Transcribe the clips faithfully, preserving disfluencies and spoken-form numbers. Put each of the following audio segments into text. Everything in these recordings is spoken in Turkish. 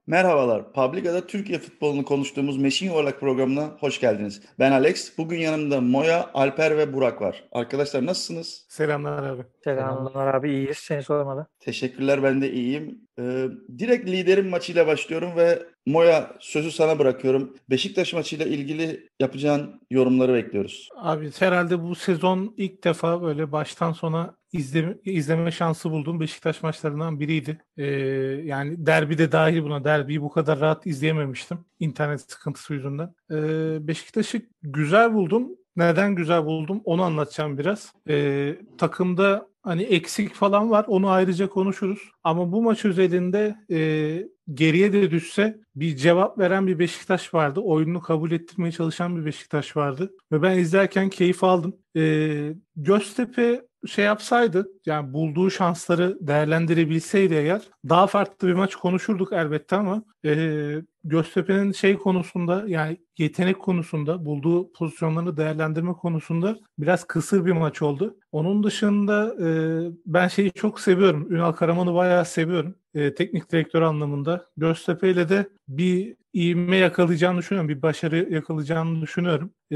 Merhabalar, Publica'da Türkiye futbolunu konuştuğumuz Meşin Yuvarlak programına hoş geldiniz. Ben Alex, bugün yanımda Moya, Alper ve Burak var. Arkadaşlar nasılsınız? Selamlar abi. Selamlar abi, iyiyiz seni sormalı. Teşekkürler, ben de iyiyim. Ee, direkt liderin maçıyla başlıyorum ve Moya sözü sana bırakıyorum. Beşiktaş maçıyla ilgili yapacağın yorumları bekliyoruz. Abi herhalde bu sezon ilk defa böyle baştan sona izleme, izleme şansı bulduğum Beşiktaş maçlarından biriydi. Ee, yani derbi de dahil buna. Derbiyi bu kadar rahat izleyememiştim internet sıkıntısı yüzünden. Ee, Beşiktaş'ı güzel buldum. Neden güzel buldum onu anlatacağım biraz. Ee, takımda hani eksik falan var, onu ayrıca konuşuruz. Ama bu maç özelinde e, geriye de düşse bir cevap veren bir Beşiktaş vardı. Oyununu kabul ettirmeye çalışan bir Beşiktaş vardı. Ve ben izlerken keyif aldım. Ee, Göztepe şey yapsaydı, yani bulduğu şansları değerlendirebilseydi eğer daha farklı bir maç konuşurduk elbette, ama e, Göztepe'nin şey konusunda, yani yetenek konusunda, bulduğu pozisyonlarını değerlendirme konusunda biraz kısır bir maç oldu. Onun dışında e, ben şeyi çok seviyorum. Ünal Karaman'ı bayağı seviyorum. E, teknik direktör anlamında. Göztepe ile de bir ivme yakalayacağını düşünüyorum. Bir başarı yakalayacağını düşünüyorum. E,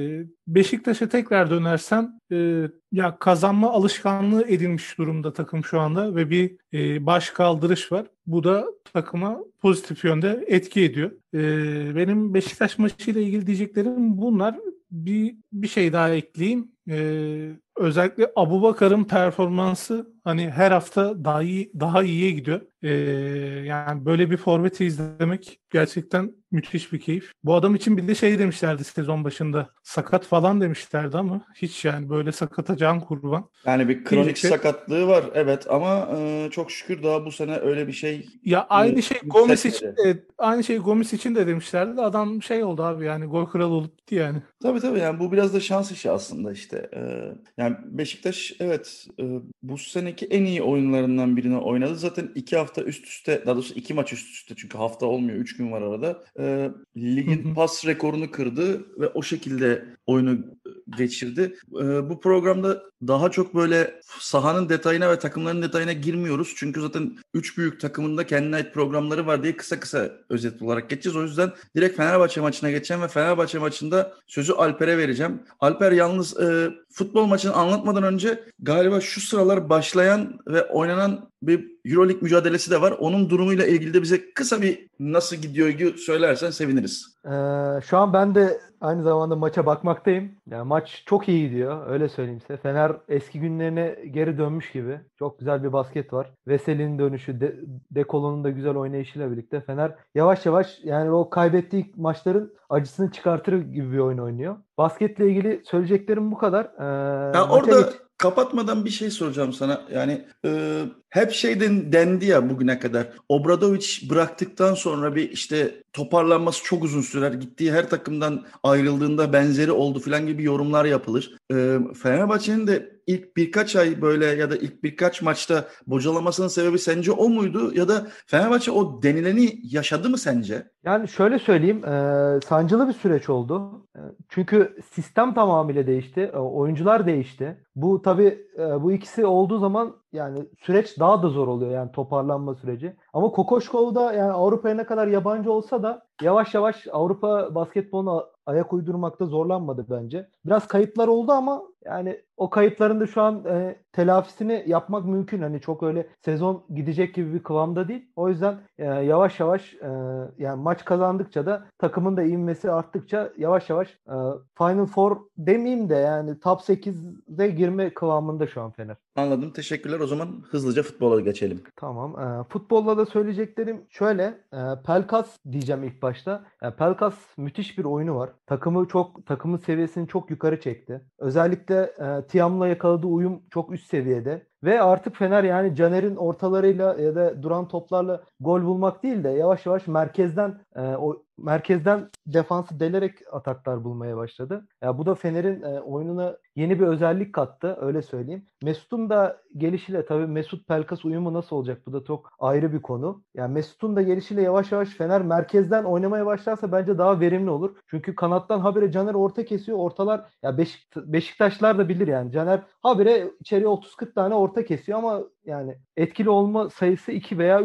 Beşiktaş'a tekrar dönersem e, ya kazanma alışkanlığı edinmiş durumda takım şu anda ve bir e, baş kaldırış var. Bu da takıma pozitif yönde etki ediyor. E, benim Beşiktaş maçıyla ilgili diyeceklerim bunlar. Bir bir şey daha ekleyeyim. Ee, özellikle Abubakar'ın performansı hani her hafta daha iyi daha iyiye gidiyor. Ee, yani böyle bir forveti izlemek gerçekten müthiş bir keyif. Bu adam için bir de şey demişlerdi sezon başında. Sakat falan demişlerdi ama hiç, yani böyle sakata can kurban. Yani bir kronik İyice sakatlığı var, evet, ama e, çok şükür daha bu sene öyle bir şey ya e, aynı şey Gomis için hissetmedi. de aynı şey Gomis için de demişlerdi de adam şey oldu abi, yani gol kralı olup gitti yani. Tabii tabii, yani bu biraz da şans işi aslında işte. Ee, yani Beşiktaş, evet, e, bu seneki en iyi oyunlarından birini oynadı. Zaten iki hafta üst üste, daha doğrusu iki maç üst üste, çünkü hafta olmuyor, üç gün var arada. Ee, Hı ligin hı. pas rekorunu kırdı ve o şekilde oyunu geçirdi. Ee, bu programda daha çok böyle sahanın detayına ve takımların detayına girmiyoruz. Çünkü zaten üç büyük takımın da kendine ait programları var diye kısa kısa özet olarak geçeceğiz. O yüzden direkt Fenerbahçe maçına geçeceğim ve Fenerbahçe maçında sözü Alper'e vereceğim. Alper, yalnız e, futbol maçını anlatmadan önce galiba şu sıralar başlayan ve oynanan bir Euroleague mücadelesi de var. Onun durumuyla ilgili de bize kısa bir nasıl gidiyor söylersen seviniriz. Ee, Şu an ben de aynı zamanda maça bakmaktayım. Yani maç çok iyi gidiyor, öyle söyleyeyim size. Fener eski günlerine geri dönmüş gibi. Çok güzel bir basket var. Veseli'nin dönüşü, De Dekolo'nun da güzel oynayışıyla birlikte Fener yavaş yavaş, yani o kaybettiği maçların acısını çıkartır gibi bir oyun oynuyor. Basketle ilgili söyleyeceklerim bu kadar. Ee, Ya maça orada geç. kapatmadan bir şey soracağım sana. Yani e, hep şeyden dendi ya bugüne kadar. Obradoviç bıraktıktan sonra bir işte toparlanması çok uzun sürer. Gittiği her takımdan ayrıldığında benzeri oldu falan gibi yorumlar yapılır. E, Fenerbahçe'nin de ilk birkaç ay böyle ya da ilk birkaç maçta bocalamasının sebebi sence o muydu? Ya da Fenerbahçe o denileni yaşadı mı sence? Yani şöyle söyleyeyim, e, sancılı bir süreç oldu. E, çünkü sistem tamamıyla değişti, e, oyuncular değişti. Bu tabii, e, bu ikisi olduğu zaman yani süreç daha da zor oluyor, yani toparlanma süreci. Ama Kokoşkov da yani Avrupa'ya ne kadar yabancı olsa da yavaş yavaş Avrupa basketboluna ayak uydurmakta zorlanmadı bence. Biraz kayıplar oldu ama yani o kayıpların da şu an e, telafisini yapmak mümkün. Hani çok öyle sezon gidecek gibi bir kıvamda değil. O yüzden e, yavaş yavaş, e, yani maç kazandıkça da takımın da ivmesi arttıkça yavaş yavaş e, Final Four demeyeyim de yani top sekize girme kıvamında şu an Fener. Anladım. Teşekkürler. O zaman hızlıca futbola geçelim. Tamam. E, futbolla da söyleyeceklerim şöyle. E, Pelkas diyeceğim ilk başta. E, Pelkas müthiş bir oyunu var. Takımı çok takımın seviyesini çok yukarı çekti. Özellikle e, Tiam'la yakaladığı uyum çok üst seviyede. Ve artık Fener yani Caner'in ortalarıyla ya da duran toplarla gol bulmak değil de yavaş yavaş merkezden e, o merkezden defansı delerek ataklar bulmaya başladı. Ya bu da Fener'in e, oyununa yeni bir özellik kattı, öyle söyleyeyim. Mesut'un da gelişiyle, tabii Mesut Pelkas uyumu nasıl olacak? Bu da çok ayrı bir konu. Yani Mesut'un da gelişiyle yavaş yavaş Fener merkezden oynamaya başlarsa bence daha verimli olur. Çünkü kanattan habire Caner orta kesiyor. Ortalar ya Beşik, Beşiktaşlar da bilir yani. Caner habire içeriye otuz kırk tane orta kesiyor ama yani etkili olma sayısı iki veya üç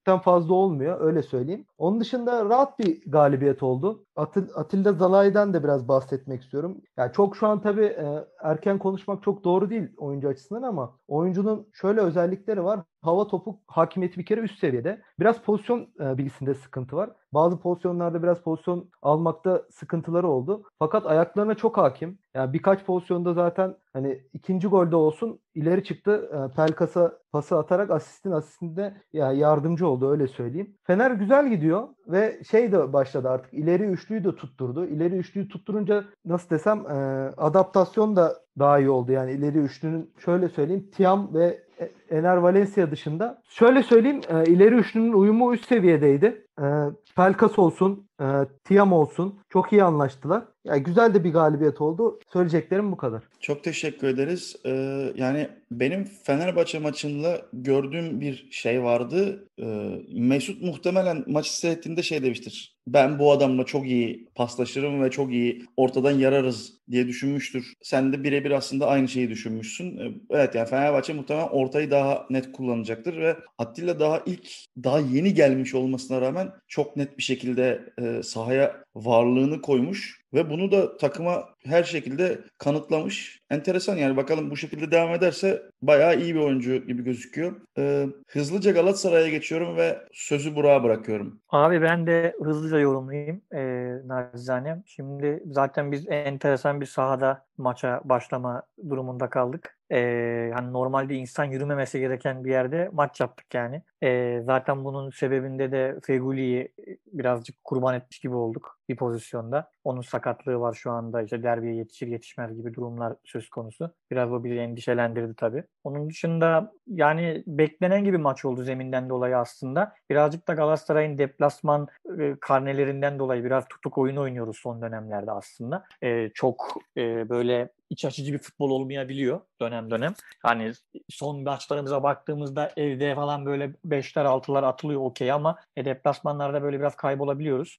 üç fazla olmuyor. Öyle söyleyeyim. Onun dışında rahat bir galibiyet oldu. Atil, Atilla Zalai'den de biraz bahsetmek istiyorum. Yani çok şu an tabii e, erken konuşmak çok doğru değil oyuncu açısından ama oyuncunun şöyle özellikleri var. Hava topu hakimiyeti bir kere üst seviyede. Biraz pozisyon e, bilgisinde sıkıntı var. Bazı pozisyonlarda biraz pozisyon almakta sıkıntıları oldu. Fakat ayaklarına çok hakim. Yani birkaç pozisyonda zaten hani ikinci golde olsun ileri çıktı. E, Pelkas'a pası atarak asistin asistinde yani yardımcı oldu, öyle söyleyeyim. Fener güzel gidiyor ve şey de başladı artık. İleri üçlüyü de tutturdu. İleri üçlüyü tutturunca nasıl desem e, adaptasyon da daha iyi oldu. Yani ileri üçlünün şöyle söyleyeyim Tiam ve Ener Valencia dışında. Şöyle söyleyeyim e, ileri üçlünün uyumu üst seviyedeydi. E, Pelkas olsun, e, Tiam olsun çok iyi anlaştılar. Yani güzel de bir galibiyet oldu. Söyleyeceklerim bu kadar. Çok teşekkür ederiz. Ee, yani benim Fenerbahçe maçında gördüğüm bir şey vardı. Ee, Mesut muhtemelen maçı seyrettiğinde şey demiştir. Ben bu adamla çok iyi paslaşırım ve çok iyi ortadan yararız diye düşünmüştür. Sen de birebir aslında aynı şeyi düşünmüşsün. Ee, evet yani Fenerbahçe muhtemelen ortayı daha net kullanacaktır ve Atilla daha ilk, daha yeni gelmiş olmasına rağmen çok net bir şekilde e, sahaya varlığını koymuş. Ve bunu da takıma her şekilde kanıtlamış. Enteresan yani, bakalım bu şekilde devam ederse bayağı iyi bir oyuncu gibi gözüküyor. Ee, hızlıca Galatasaray'a geçiyorum ve sözü Burak'a bırakıyorum. Abi ben de hızlıca yorumlayayım e, nacizane. Şimdi zaten biz enteresan bir sahada maça başlama durumunda kaldık. E, hani normalde insan yürümemesi gereken bir yerde maç yaptık yani. E, zaten bunun sebebinde de Feguli'yi birazcık kurban etmiş gibi olduk bir pozisyonda. Onun sakatlığı var şu anda, işte derbiye yetişir yetişmez gibi durumlar söz konusu. Biraz o bizi endişelendirdi tabii. Onun dışında yani beklenen gibi maç oldu zeminden dolayı aslında. Birazcık da Galatasaray'ın deplasman e, karnelerinden dolayı biraz tutuk oyun oynuyoruz son dönemlerde aslında. E, çok e, böyle iç açıcı bir futbol olmayabiliyor dönem dönem. Hani son maçlarımıza baktığımızda evde falan böyle beşler altılar atılıyor okey ama e, deplasmanlarda böyle biraz kaybolabiliyoruz.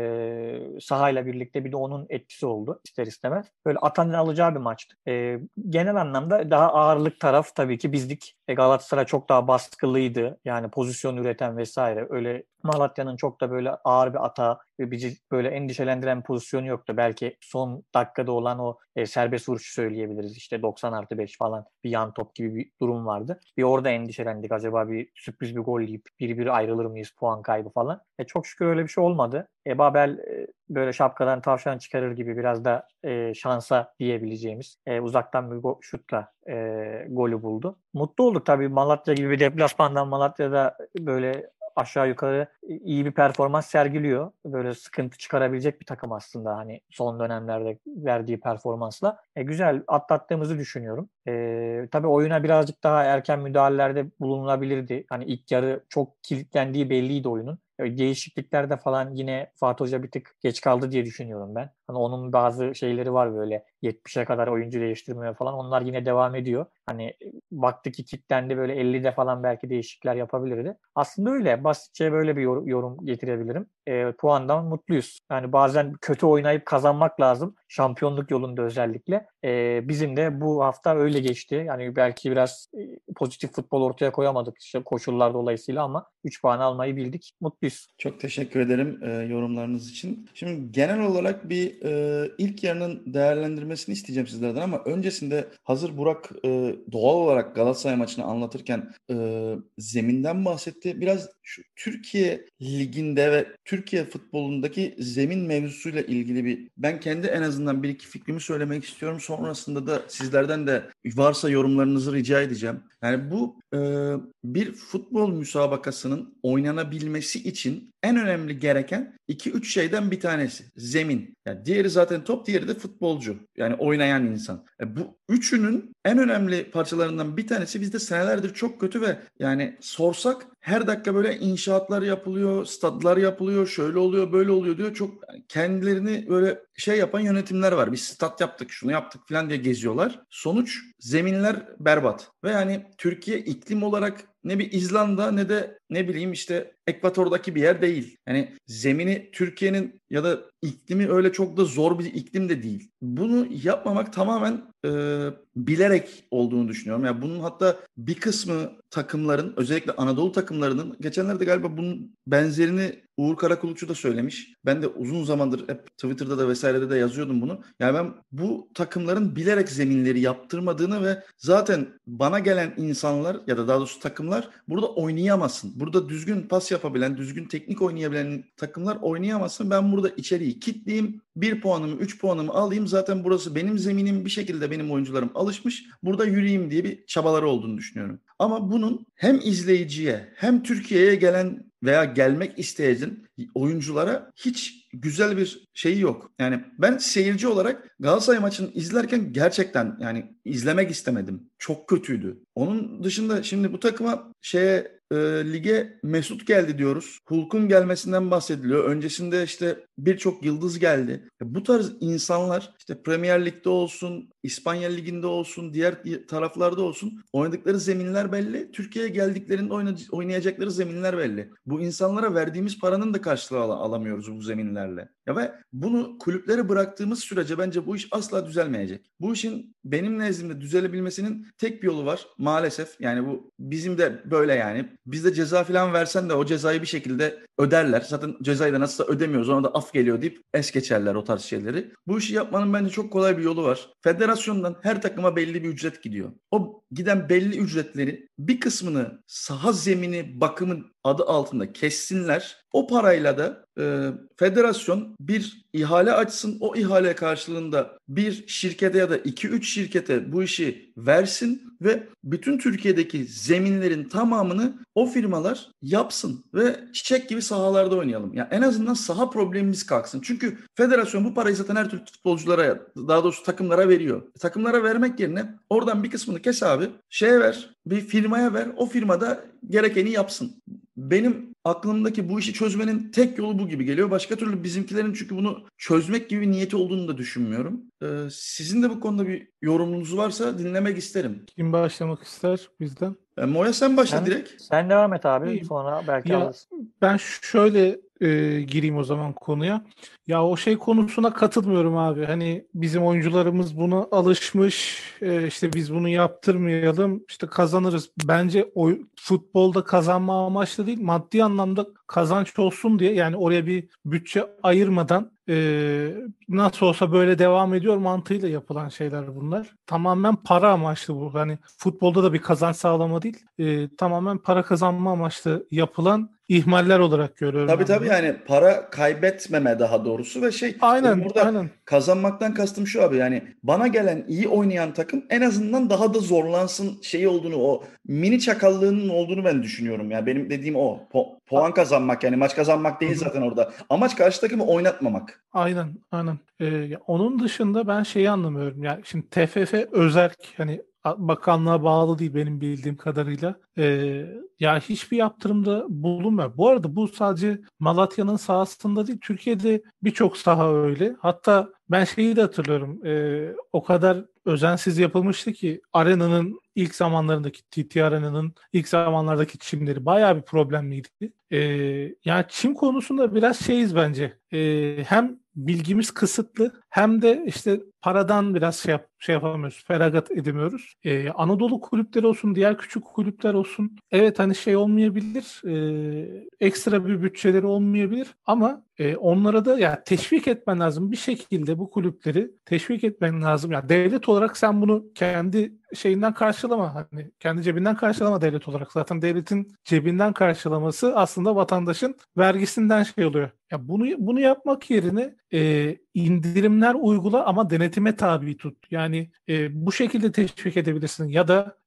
E, sahayla birlikte bir de onun etkisi oldu ister istemez. Böyle atanın alacağı bir maçtı. E, genel anlamda daha ağırlık taraf tabii ki bizdik. E, Galatasaray çok daha baskılıydı. Yani pozisyon üreten vesaire. Öyle Malatya'nın çok da böyle ağır bir atağı ve bizi böyle endişelendiren pozisyonu yoktu. Belki son dakikada olan o e, serbest vuruşu söyleyebiliriz. İşte doksan artı beş falan bir yan top gibi bir durum vardı. Bir orada endişelendik. Acaba bir sürpriz bir gol yiyip bir bir ayrılır mıyız, puan kaybı falan. E, çok şükür öyle bir şey olmadı. E, Babel e, böyle şapkadan tavşan çıkarır gibi biraz da e, şansa diyebileceğimiz e, uzaktan bir go- şutla e, golü buldu. Mutlu olduk tabii, Malatya gibi bir deplasmandan Malatya'da böyle aşağı yukarı iyi bir performans sergiliyor. Böyle sıkıntı çıkarabilecek bir takım aslında hani son dönemlerde verdiği performansla. E, güzel atlattığımızı düşünüyorum. E, tabii oyuna birazcık daha erken müdahalelerde bulunulabilirdi. Hani ilk yarı çok kilitlendiği belliydi oyunun. Değişikliklerde falan yine Fatih Hoca bir tık geç kaldı diye düşünüyorum ben. Hani onun bazı şeyleri var böyle yetmişe kadar oyuncu değiştirmeye falan. Onlar yine devam ediyor. Hani baktı ki kilitlendi, böyle ellide falan belki değişiklikler yapabilirdi. Aslında öyle. Basitçe böyle bir yorum, yorum getirebilirim. E, puandan mutluyuz. Yani bazen kötü oynayıp kazanmak lazım. Şampiyonluk yolunda özellikle. E, bizim de bu hafta öyle geçti. Yani belki biraz e, pozitif futbol ortaya koyamadık işte koşullar dolayısıyla ama üç puan almayı bildik. Mutluyuz. Çok teşekkür ederim e, yorumlarınız için. Şimdi genel olarak bir e, ilk yarının değerlendirmesini isteyeceğim sizlerden ama öncesinde hazır Burak e, doğal olarak Galatasaray maçını anlatırken e, zeminden bahsetti. Biraz şu Türkiye Ligi'nde ve Türkiye futbolundaki zemin mevzusuyla ilgili bir, ben kendi en azından bir iki fikrimi söylemek istiyorum. Sonrasında da sizlerden de varsa yorumlarınızı rica edeceğim. Yani bu e, bir futbol müsabakasının oynanabilmesi için en önemli gereken iki üç şeyden bir tanesi zemin. Yani diğeri zaten top, diğeri de futbolcu. Yani oynayan insan. E bu üçünün en önemli parçalarından bir tanesi bizde senelerdir çok kötü ve yani sorsak her dakika böyle inşaatlar yapılıyor, stadlar yapılıyor, şöyle oluyor, böyle oluyor diyor. Çok yani kendilerini böyle şey yapan yönetimler var. Biz stat yaptık, şunu yaptık falan diye geziyorlar. Sonuç zeminler berbat. Ve yani Türkiye iklim olarak ne bir İzlanda ne de ne bileyim işte Ekvator'daki bir yer değil. Yani zemini Türkiye'nin ya da iklimi öyle çok da zor bir iklim de değil. Bunu yapmamak tamamen e, bilerek olduğunu düşünüyorum. Yani bunun hatta bir kısmı takımların, özellikle Anadolu takımlarının, geçenlerde galiba bunun benzerini Uğur Karakulukçu da söylemiş. Ben de uzun zamandır hep Twitter'da da vesairede de yazıyordum bunu. Yani ben bu takımların bilerek zeminleri yaptırmadığını ve zaten bana gelen insanlar ya da daha doğrusu takımlar burada oynayamasın. Burada düzgün pas yapabilen, düzgün teknik oynayabilen takımlar oynayamasın. Ben burada içeriği kitleyeyim, bir puanımı, üç puanımı alayım. Zaten burası benim zeminim, bir şekilde benim oyuncularım alışmış. Burada yürüyeyim diye bir çabaları olduğunu düşünüyorum. Ama bunun hem izleyiciye hem Türkiye'ye gelen veya gelmek isteyen oyunculara hiç güzel bir şeyi yok. Yani ben seyirci olarak Galatasaray maçını izlerken gerçekten yani izlemek istemedim. Çok kötüydü. Onun dışında şimdi bu takıma şeye e, lige Mesut geldi diyoruz. Hulk'un gelmesinden bahsediliyor. Öncesinde işte birçok yıldız geldi. Bu tarz insanlar işte Premier Lig'de olsun, İspanya Ligi'nde olsun, diğer taraflarda olsun oynadıkları zeminler belli. Türkiye'ye geldiklerinde oynayacakları zeminler belli. Bu insanlara verdiğimiz paranın da karşılığı al- alamıyoruz bu zeminlerle. Ya ve bunu kulüplere bıraktığımız sürece bence bu iş asla düzelmeyecek. Bu işin benim nezdimde düzelebilmesinin tek bir yolu var maalesef. Yani bu bizim de böyle yani. Bizde ceza falan versen de o cezayı bir şekilde öderler. Zaten cezayı da nasılsa ödemiyoruz, ona da af geliyor deyip es geçerler o tarz şeyleri. Bu işi yapmanın bence çok kolay bir yolu var. Federasyondan her takıma belli bir ücret gidiyor. O giden belli ücretleri bir kısmını saha zemini bakımı adı altında kessinler. O parayla da e, federasyon bir ihale açsın. O ihale karşılığında bir şirkete ya da iki üç şirkete bu işi versin ve bütün Türkiye'deki zeminlerin tamamını o firmalar yapsın ve çiçek gibi sahalarda oynayalım. Yani en azından saha problemimiz kalksın. Çünkü federasyon bu parayı zaten her türlü futbolculara, daha doğrusu takımlara veriyor. Takımlara vermek yerine oradan bir kısmını kes abi, şeye ver, bir firmaya ver. O firmada gerekeni yapsın. Benim aklımdaki bu işi çözmenin tek yolu bu gibi geliyor. Başka türlü bizimkilerin çünkü bunu çözmek gibi bir niyeti olduğunu da düşünmüyorum. Ee, sizin de bu konuda bir yorumunuz varsa dinlemek isterim. Kim başlamak ister bizden? E, Moya sen başla Sen, direkt. sen devam et abi. İyi. Sonra belki Ya alırız. ben şöyle e, gireyim o zaman konuya. Ya o şey konusuna katılmıyorum abi. Hani bizim oyuncularımız buna alışmış. E, işte biz bunu yaptırmayalım. İşte kazanırız. Bence o futbolda kazanma amaçlı değil, maddi anlamda kazanç olsun diye, yani oraya bir bütçe ayırmadan e, nasıl olsa böyle devam ediyor mantığıyla yapılan şeyler bunlar. Tamamen para amaçlı bu. Hani futbolda da bir kazanç sağlama değil. E, tamamen para kazanma amaçlı yapılan ihmaller olarak görüyorum. Tabii ben tabii bunu. yani para kaybetmeme daha doğrusu ve şey Aynen, benim burada aynen. kazanmaktan kastım şu abi, yani bana gelen iyi oynayan takım en azından daha da zorlansın şeyi olduğunu, o mini çakallığının olduğunu ben düşünüyorum. Yani benim dediğim o Po- puan kazanmak, yani maç kazanmak değil zaten orada. Amaç karşı takımı oynatmamak. Aynen, aynen. Ee, ya onun dışında ben şeyi anlamıyorum. Yani şimdi T F F özerk, hani a- bakanlığa bağlı değil benim bildiğim kadarıyla. Ee, ya hiçbir yaptırımda bulunmuyor. Bu arada bu sadece Malatya'nın sahasında değil, Türkiye'de birçok saha öyle. Hatta ben şeyi de hatırlıyorum. Ee, o kadar özensiz yapılmıştı ki arenanın ilk zamanlarındaki T T Arena'nın ilk zamanlardaki çimleri bayağı bir problemliydi. Ee, yani çim konusunda biraz şeyiz bence. Ee, hem bilgimiz kısıtlı hem de işte paradan biraz şey, yap, şey yapamıyoruz, feragat edemiyoruz. Ee, Anadolu kulüpleri olsun, diğer küçük kulüpler olsun. Evet, hani şey olmayabilir, e, ekstra bir bütçeleri olmayabilir ama e, onlara da ya teşvik etmen lazım. Bir şekilde bu kulüpleri teşvik etmen lazım. Ya devlet olarak sen bunu kendi şeyinden karşılama, hani kendi cebinden karşılama devlet olarak. Zaten devletin cebinden karşılaması aslında vatandaşın vergisinden şey oluyor. Ya bunu bunu yapmak yerine e, indirimler uygula ama denetime tabi tut. Yani e, bu şekilde teşvik edebilirsin ya da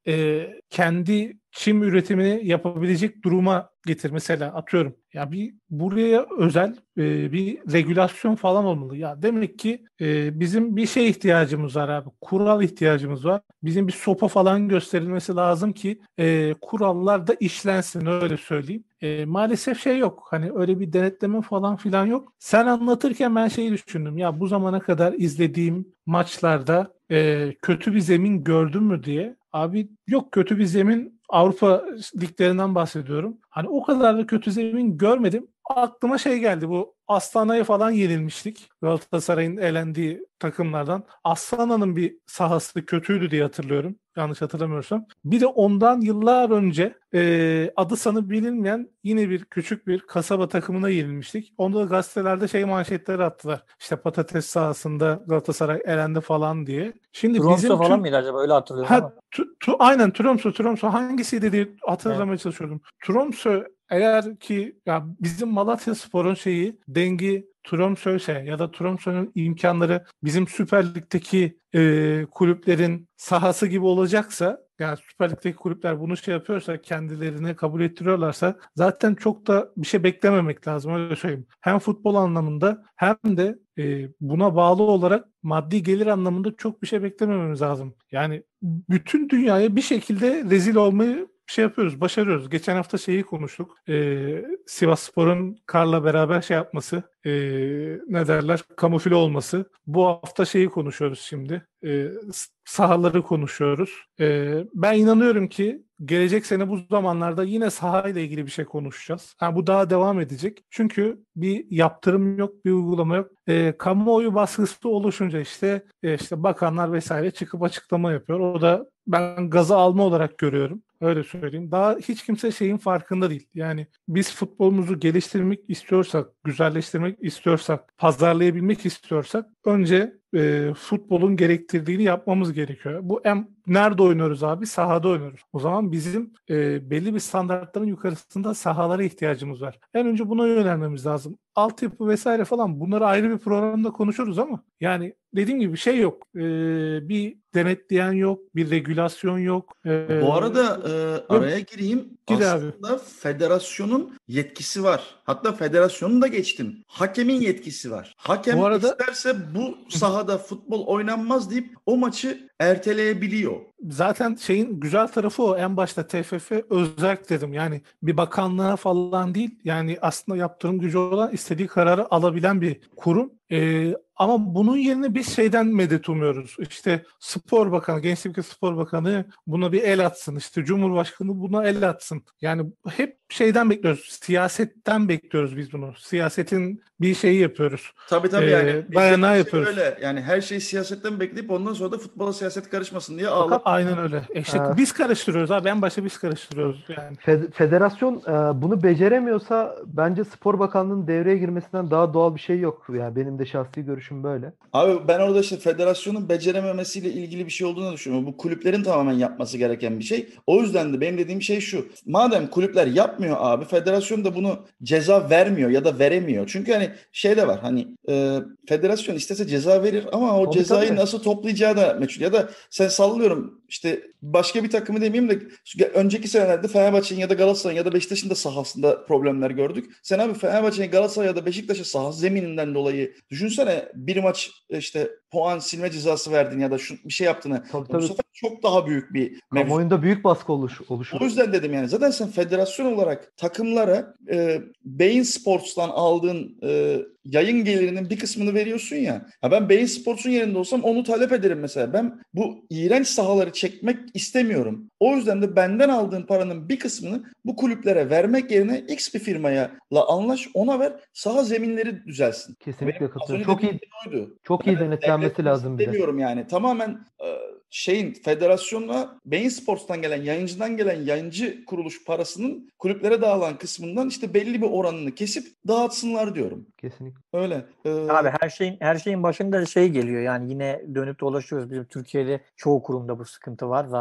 e, kendi çim üretimini yapabilecek duruma getir. Mesela atıyorum ya bir buraya özel e, bir regülasyon falan olmalı. Ya demek ki e, bizim bir şey ihtiyacımız var abi. Kural ihtiyacımız var. Bizim bir sopa falan gösterilmesi lazım ki e, kurallar da işlensin, öyle söyleyeyim. E, maalesef şey yok. Hani öyle bir denetleme falan filan yok. Sen anlatırken ben şeyi düşündüm. Ya bu zamana kadar izlediğim maçlarda e, kötü bir zemin gördün mü diye. Abi yok, kötü bir zemin, Avrupa liglerinden bahsediyorum. Hani o kadar da kötü zemin görmedim. Aklıma şey geldi, bu Astana'ya falan yenilmiştik. Galatasaray'ın elendiği takımlardan. Astana'nın bir sahası kötüydü diye hatırlıyorum. Yanlış hatırlamıyorsam. Bir de ondan yıllar önce e, adı sanı bilinmeyen yine bir küçük bir kasaba takımına yenilmiştik. Onda da gazetelerde şey manşetleri attılar. İşte patates sahasında Galatasaray elendi falan diye. Şimdi Tromsø bizim falan Türk... mıydı acaba? Öyle hatırlıyorum Ha, ama. tu, tu, aynen Tromsø, Tromsø hangisiydi diye hatırlamaya Evet. çalışıyordum. Tromsø, eğer ki ya bizim Malatyaspor'un şeyi, dengi Tromsø ya da Tromsø'nün imkanları bizim Süper Lig'deki e, kulüplerin sahası gibi olacaksa, yani Süper Lig'deki kulüpler bunu şey yapıyorsa, kendilerine kabul ettiriyorlarsa zaten çok da bir şey beklememek lazım, öyle söyleyeyim. Hem futbol anlamında hem de e, buna bağlı olarak maddi gelir anlamında çok bir şey beklemememiz lazım. Yani bütün dünyaya bir şekilde rezil olmayı şey yapıyoruz, başarıyoruz. Geçen hafta şeyi konuştuk. Ee, Sivasspor'un Kar'la beraber şey yapması, ee, ne derler, kamufle olması. Bu hafta şeyi konuşuyoruz şimdi. Ee, sahaları konuşuyoruz. Ee, ben inanıyorum ki gelecek sene bu zamanlarda yine sahayla ilgili bir şey konuşacağız. Ha, bu daha devam edecek. Çünkü bir yaptırım yok, bir uygulama yok. E, kamuoyu baskısı oluşunca işte e, işte bakanlar vesaire çıkıp açıklama yapıyor. O da ben gaza alma olarak görüyorum. Öyle söyleyeyim. Daha hiç kimse şeyin farkında değil. Yani biz futbolumuzu geliştirmek istiyorsak, güzelleştirmek istiyorsak, pazarlayabilmek istiyorsak önce e, futbolun gerektirdiğini yapmamız gerekiyor. Bu en, nerede oynuyoruz abi? Sahada oynuyoruz. O zaman bizim e, belli bir standartların yukarısında sahalara ihtiyacımız var. En önce buna yönelmemiz lazım. Altyapı vesaire falan, bunları ayrı bir programda konuşuruz ama yani dediğim gibi şey yok. E, bir denetleyen yok, bir regülasyon yok. E, Bu arada e, ve araya gireyim. gir abi. Aslında federasyonun yetkisi var. Hatta federasyonu da geçtim. Hakemin yetkisi var. Hakem Bu arada isterse bu sahada futbol oynanmaz deyip o maçı erteleyebiliyor. zaten şeyin güzel tarafı o. En başta T F F özerk dedim. Yani bir bakanlığa falan değil. Yani aslında yaptırım gücü olan, istediği kararı alabilen bir kurum. Ee, ama bunun yerine biz şeyden medet umuyoruz. İşte Spor Bakanı, Gençlik ve Spor Bakanı buna bir el atsın. İşte Cumhurbaşkanı buna el atsın. Yani hep şeyden bekliyoruz. Siyasetten bekliyoruz biz bunu. Siyasetin bir şeyi yapıyoruz. Tabii tabii Ee, yani. dayanağı Şey yapıyoruz. öyle. Yani her şey siyasetten bekleyip ondan sonra da futbola siyaset karışmasın diye ağlar. Fakat Aynen öyle. E İşte Ee, biz karıştırıyoruz abi. En başta biz karıştırıyoruz yani. Fed- Federasyon e, bunu beceremiyorsa bence Spor Bakanlığı'nın devreye girmesinden daha doğal bir şey yok. Yani benim de şahsi görüşüm böyle. Abi ben orada işte federasyonun becerememesiyle ilgili bir şey olduğunu düşünüyorum. Bu kulüplerin tamamen yapması gereken bir şey. O yüzden de benim dediğim şey şu. Madem kulüpler yapmıyor abi, federasyon da bunu ceza vermiyor ya da veremiyor. Çünkü hani şey de var, hani e, federasyon istese ceza verir ama o Tabii, cezayı tabii. nasıl toplayacağı da meçhul. Ya da sen sallıyorum işte başka bir takımı demeyeyim de önceki senelerde Fenerbahçe'nin ya da Galatasaray'ın ya da Beşiktaş'ın da sahasında problemler gördük. Sen abi Fenerbahçe'nin, Galatasaray ya da Beşiktaş'a sahası zemininden dolayı düşünsene, bir maç işte puan silme cezası verdin ya da şu, bir şey yaptığını. Tabii, Bu tabii. sefer çok daha büyük bir mevzu. Kamuoyunda büyük baskı oluş, oluşur. O yüzden dedim yani zaten sen federasyon olarak takımlara e, Bein Sports'tan aldığın e, yayın gelirinin bir kısmını veriyorsun ya. Ha ben Bein Sports'un yerinde olsam onu talep ederim mesela. Ben bu iğrenç sahaları çekmek istemiyorum. O yüzden de benden aldığın paranın bir kısmını bu kulüplere vermek yerine X bir firmaya la anlaş, ona ver, saha zeminleri düzelsin. Kesinlikle Benim az katılıyorum. önce Çok iyi, dediğim oydu. çok Ben iyi denetlenmesi devlet lazım bir de. demiyorum yani. Tamamen e, şeyin, federasyonla Bein Sports'tan gelen, yayıncıdan gelen yayıncı kuruluş parasının kulüplere dağılan kısmından işte belli bir oranını kesip dağıtsınlar diyorum. Kesinlikle. Öyle. Ee, Abi her şeyin her şeyin başında şey geliyor, yani yine dönüp dolaşıyoruz. Bizim Türkiye'de çoğu kurumda bu sıkıntı var zaten.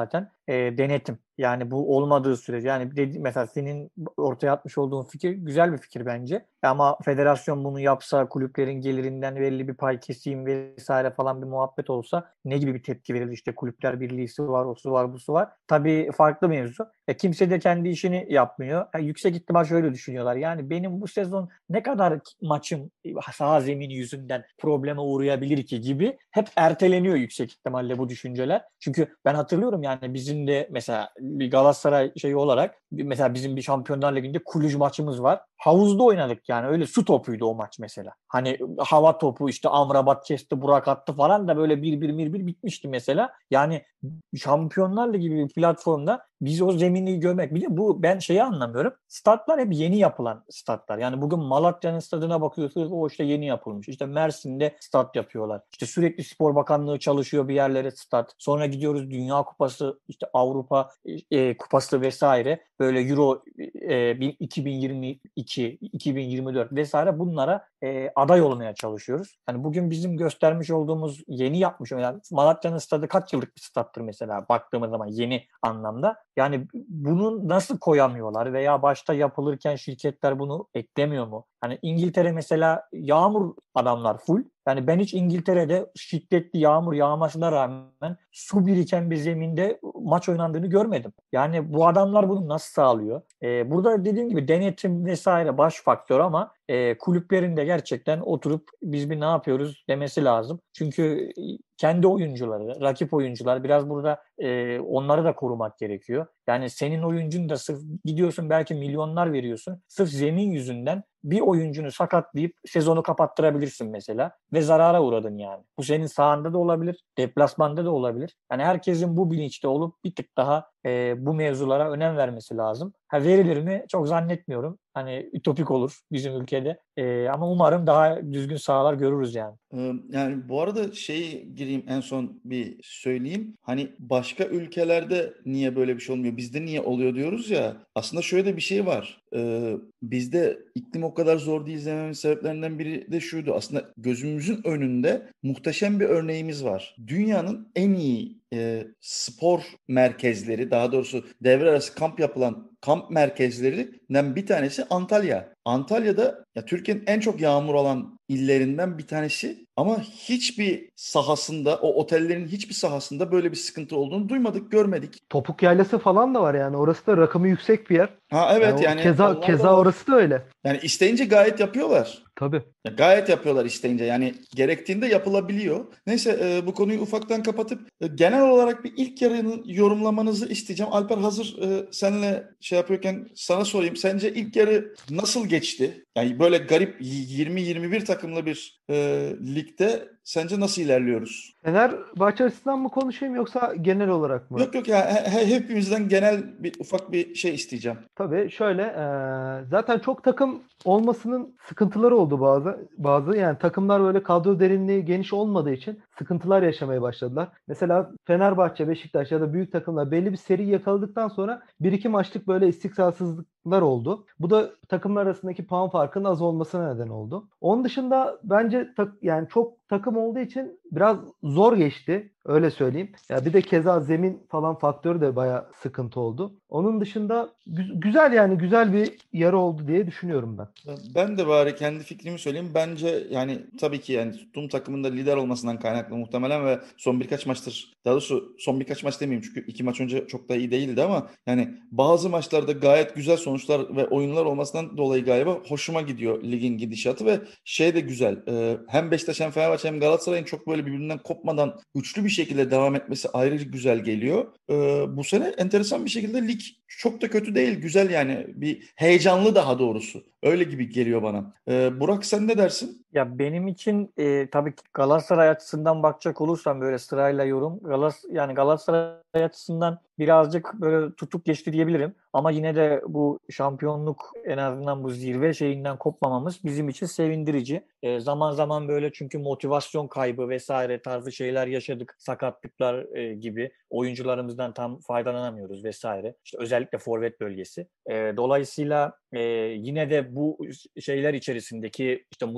e, denetim. Yani bu olmadığı sürece yani dedi, mesela senin ortaya atmış olduğun fikir güzel bir fikir bence. Ama federasyon bunu yapsa, kulüplerin gelirinden belli bir pay keseyim vesaire falan bir muhabbet olsa ne gibi bir tepki verilir? İşte kulüpler birliğisi var, o su var, bu su var. Tabii farklı mevzu. E, kimse de kendi işini yapmıyor. Yani yüksek ihtimal şöyle düşünüyorlar. Yani benim bu sezon ne kadar maçım saha zemini yüzünden probleme uğrayabilir ki gibi hep erteleniyor yüksek ihtimalle bu düşünceler. Çünkü ben hatırlıyorum yani bizim de mesela bir Galatasaray şeyi olarak mesela bizim bir Şampiyonlar Ligi'nde Kulüj maçımız var. Havuzda oynadık yani öyle su topuydu o maç mesela. Hani hava topu işte Amrabat kesti, Burak attı falan da böyle bir bir bir bir bitmişti mesela. Yani Şampiyonlar Ligi gibi bir platformda biz o zemini görmek. Bir de bu ben şeyi anlamıyorum. Statlar hep yeni yapılan statlar. Yani bugün Malatya'nın stadına bakıyorsunuz o işte yeni yapılmış. İşte Mersin'de stat yapıyorlar. İşte sürekli Spor Bakanlığı çalışıyor bir yerlere stat. Sonra gidiyoruz Dünya Kupası, işte Avrupa e, Kupası vesaire. Böyle Euro e, iki bin yirmi iki, iki bin yirmi dört vesaire bunlara e, aday olmaya çalışıyoruz. Yani bugün bizim göstermiş olduğumuz yeni yapmış. Yani Malatya'nın stadı kaç yıllık bir stattır mesela baktığımız zaman yeni anlamda. Yani bunu nasıl koyamıyorlar veya başta yapılırken şirketler bunu eklemiyor mu? Hani İngiltere mesela yağmur adamlar full. Yani ben hiç İngiltere'de şiddetli yağmur yağmasına rağmen su biriken bir zeminde maç oynandığını görmedim. Yani bu adamlar bunu nasıl sağlıyor? Ee, burada dediğim gibi denetim vesaire baş faktör ama e, kulüplerin de gerçekten oturup biz bir ne yapıyoruz demesi lazım. Çünkü kendi oyuncuları, rakip oyuncular biraz burada e, onları da korumak gerekiyor. Yani senin oyuncun da sırf gidiyorsun belki milyonlar veriyorsun. Sırf zemin yüzünden bir oyuncunu sakatlayıp sezonu kapattırabilirsin mesela ve zarara uğradın yani. Bu senin sahanda da olabilir, deplasmanda da olabilir. Yani herkesin bu bilinçte olup bir tık daha e, bu mevzulara önem vermesi lazım. Ha, verilir mi? Çok zannetmiyorum. Hani ütopik olur bizim ülkede. E, ama umarım daha düzgün sahalar görürüz yani. Yani bu arada şeyi gireyim en son bir söyleyeyim. Hani başka ülkelerde niye böyle bir şey olmuyor? Bizde niye oluyor diyoruz ya. Aslında şöyle de bir şey var. Ee, bizde iklim o kadar zor değil izlememin sebeplerinden biri de şuydu. Aslında gözümüzün önünde muhteşem bir örneğimiz var. Dünyanın en iyi e, spor merkezleri, daha doğrusu devre arası kamp yapılan kamp merkezlerinden bir tanesi Antalya. Antalya'da ya Türkiye'nin en çok yağmur alan illerinden bir tanesi ama hiçbir sahasında, o otellerin hiçbir sahasında böyle bir sıkıntı olduğunu duymadık, görmedik. Topuk Yaylası falan da var yani. Orası da rakımı yüksek bir yer. Ha evet yani, yani keza onlar da keza var. orası da öyle. Yani isteyince gayet yapıyorlar. Tabii. Ya gayet yapıyorlar isteyince. Yani gerektiğinde yapılabiliyor. Neyse e, bu konuyu ufaktan kapatıp e, genel olarak bir ilk yarının yorumlamanızı isteyeceğim. Alper hazır e, seninle şey yapıyorken sana sorayım. Sence ilk yarı nasıl geçti? Yani böyle garip yirmi yirmi bir takımlı bir e, ligde sence nasıl ilerliyoruz? Fenerbahçe açısından mı konuşayım yoksa genel olarak mı? Yok yok ya he- he- hepimizden genel bir ufak bir şey isteyeceğim. Tabii şöyle e, zaten çok takım olmasının sıkıntıları oldu bazı. Bazı yani takımlar böyle kadro derinliği geniş olmadığı için sıkıntılar yaşamaya başladılar. Mesela Fenerbahçe, Beşiktaş ya da büyük takımlar belli bir seri yakaladıktan sonra bir iki maçlık böyle istikrarsızlıklar oldu. Bu da takımlar arasındaki puan farkının az olmasına neden oldu. Onun dışında bence tak, yani çok takım olduğu için biraz zor geçti. Öyle söyleyeyim. Ya bir de keza zemin falan faktörü de bayağı sıkıntı oldu. Onun dışında gü- güzel yani güzel bir yarı oldu diye düşünüyorum ben. Ben de bari kendi fikrimi söyleyeyim. Bence yani tabii ki yani tuttuğum takımın da lider olmasından kaynaklı muhtemelen ve son birkaç maçtır, daha doğrusu son birkaç maç demeyeyim çünkü iki maç önce çok da iyi değildi ama yani bazı maçlarda gayet güzel sonuçlar ve oyunlar olmasından dolayı galiba hoşuma gidiyor ligin gidişatı ve şey de güzel. E, hem Beşiktaş hem Fenerbahçe hem Galatasaray'ın çok böyle birbirinden kopmadan üçlü bir şekilde devam etmesi ayrıca güzel geliyor. E, bu sene enteresan bir şekilde lig çok da kötü değil. Güzel yani bir heyecanlı daha doğrusu. Öyle gibi geliyor bana. Ee, Burak sen ne dersin? Ya benim için e, tabii ki Galatasaray açısından bakacak olursam böyle sırayla yorum Galas yani Galatasaray açısından birazcık böyle tutuk geçti diyebilirim. Ama yine de bu şampiyonluk en azından bu zirve şeyinden kopmamamız bizim için sevindirici. E, zaman zaman böyle çünkü motivasyon kaybı vesaire tarzı şeyler yaşadık. Sakatlıklar e, gibi oyuncularımızdan tam faydalanamıyoruz vesaire. İşte özellikle forvet bölgesi. E, dolayısıyla e, yine de bu şeyler içerisindeki işte Muslera'yı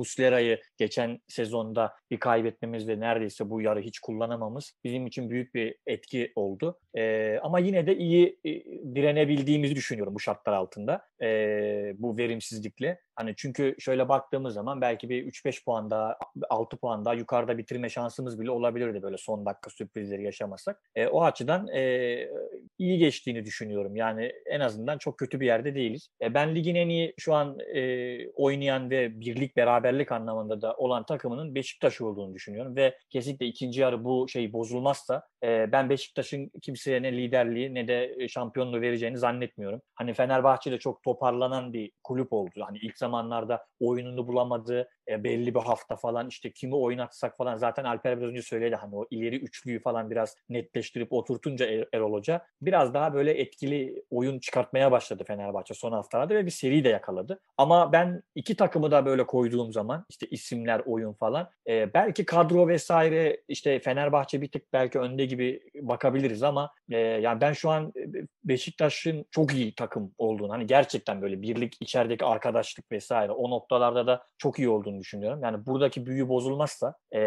Torreira'yı geçen sezonda bir kaybetmemiz ve neredeyse bu yarı hiç kullanamamız bizim için büyük bir etki oldu. E, ama yine de iyi e, direnebildiğimizi düşünüyorum bu şartlar altında. E, bu verimsizlikle. Hani çünkü şöyle baktığımız zaman belki bir üç beş puan daha, altı puan daha yukarıda bitirme şansımız bile olabilirdi böyle son dakika sürprizleri yaşamasak. E, o açıdan e, iyi geçtiğini düşünüyorum. Yani en azından çok kötü bir yerde değiliz. E, ben ligin en iyi şu an e, oynayan ve birlik beraberlik anlamında da olan takımının Beşiktaş olduğunu düşünüyorum ve kesinlikle ikinci yarı bu şey bozulmazsa e, ben Beşiktaş'ın kimseye ne liderliği ne de şampiyonluğu vereceğini zannetmiyorum. Hani Fenerbahçe'de çok toparlanan bir kulüp oldu. Hani ilk zamanlarda oyununu bulamadı, e, belli bir hafta falan işte kimi oynatsak falan zaten Alper biraz önce söyledi hani o ileri üçlüyü falan biraz netleştirip oturtunca er- Erol Hoca biraz daha böyle etkili oyun çıkartmaya başladı Fenerbahçe son haftalarda ve bir seri de yakaladı. Ama ben iki takımı da böyle koyduğum zaman işte isimler, oyun falan e, belki kadro vesaire işte Fenerbahçe bir tık belki önde gibi bakabiliriz ama e, yani ben şu an Beşiktaş'ın çok iyi takım olduğunu hani gerçekten böyle birlik içerideki arkadaşlık vesaire o noktalarda da çok iyi olduğunu düşünüyorum. Yani buradaki büyü bozulmazsa e,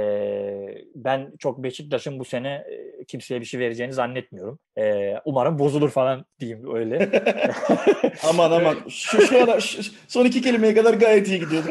ben çok Beşiktaş'ın bu sene e, kimseye bir şey vereceğini zannetmiyorum. E, umarım bozulur falan diyeyim öyle. Aman aman. Şu, şu ara şu, son iki kelimeye kadar gayet iyi gidiyorduk.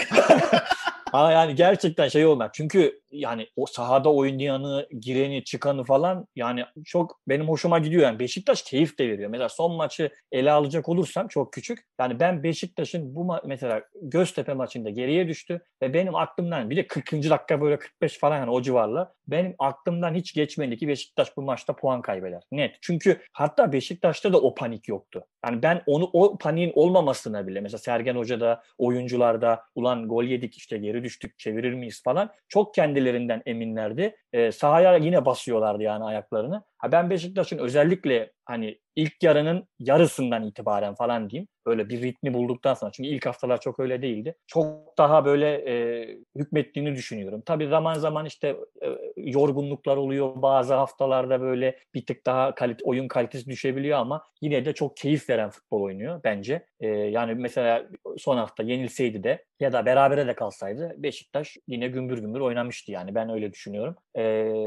Ama yani gerçekten şey olmak. Çünkü yani o sahada oynayanı, gireni, çıkanı falan yani çok benim hoşuma gidiyor. Yani Beşiktaş keyif de veriyor. Mesela son maçı ele alacak olursam çok küçük. Yani ben Beşiktaş'ın bu ma- mesela Göztepe maçında geriye düştü ve benim aklımdan bir de kırkıncı dakika böyle kırk beş falan yani o civarla benim aklımdan hiç geçmedi ki Beşiktaş bu maçta puan kaybeder. Net. Çünkü hatta Beşiktaş'ta da o panik yoktu. Yani ben onu o paniğin olmamasına bile mesela Sergen Hoca'da, oyuncularda ulan gol yedik işte geri düştük çevirir miyiz falan çok kendilerinden eminlerdi. E, sahaya yine basıyorlardı yani ayaklarını. Ha ben Beşiktaş'ın özellikle hani ilk yarının yarısından itibaren falan diyeyim. Böyle bir ritmi bulduktan sonra. Çünkü ilk haftalar çok öyle değildi. Çok daha böyle e, hükmettiğini düşünüyorum. Tabii zaman zaman işte e, yorgunluklar oluyor. Bazı haftalarda böyle bir tık daha kalite, oyun kalitesi düşebiliyor ama yine de çok keyif veren futbol oynuyor bence. E, yani mesela son hafta yenilseydi de ya da berabere de kalsaydı Beşiktaş yine gümbür gümbür oynamıştı yani. Ben öyle düşünüyorum. E,